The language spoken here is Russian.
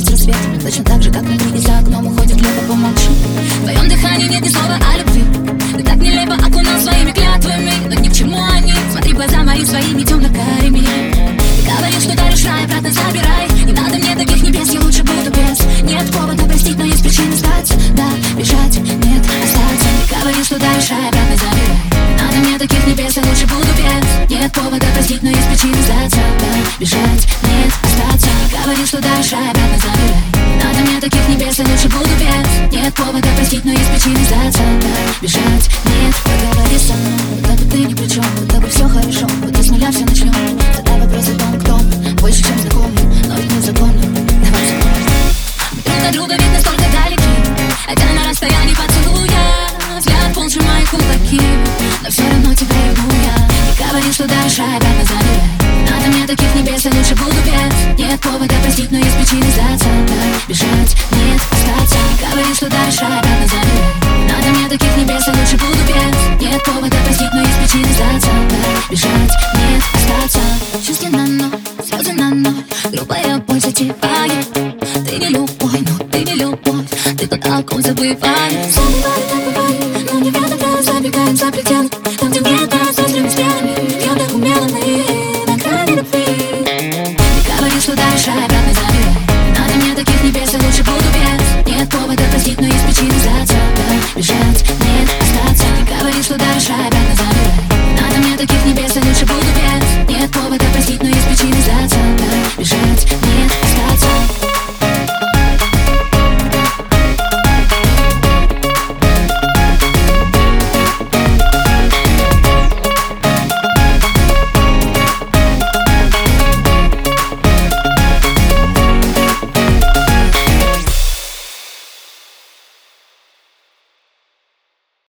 видеть рассвет. Точно так же, как внутри и за окном уходит лето, помолчи. В твоем дыхании нет ни слова о любви. Ты так нелепо окунал своими клятвами, но ни к чему они. Смотри в глаза мои своими темно-карими. Ты говоришь, что даришь рай, обратно забирай. Не надо мне таких небес, я лучше буду без. Нет повода простить, но есть причины сдаться. Да, бежать, нет, остаться. Ты говоришь, что даришь рай, обратно забирай. Не надо мне таких небес, я лучше буду без. Нет повода простить, но есть причины сдаться. Да, бежать, нет, остаться. Ты говоришь, что даришь рай, обратно забирай. Не надо мне таких небес, я лучше буду без. Нет повода простить, но есть причины сдаться. Да, бежать, нет, поговори со мной, будто бы ты ни при чем, будто бы все хорошо, будто с нуля все начнем. Тогда вопрос о том, кто мы, больше, чем знакомый, но ведь незаконно. Давай закончим. Друг от друга ведь настолько далеки, хотя на расстоянии поцелуя. Взгляд полнше мои кулаки, но все равно тебя люблю я. Ты говоришь, что дальше обратно забирай. Не надо мне таких небес, я лучше буду без. Нет повода простить, но есть причины сдаться. Да, бежать, нет, остаться. Ты говоришь, что дальше обратно забирай. Не надо мне таких небес, я лучше буду без. Нет повода простить, но есть причины сдаться. Да, бежать, нет, остаться. Чувства на ноль, слезы на ноль, грубая боль затевает. Ты не любовь, но ты не любовь, ты тот, о ком забываешь. Забывай, но не в этом, забегаем за пределы.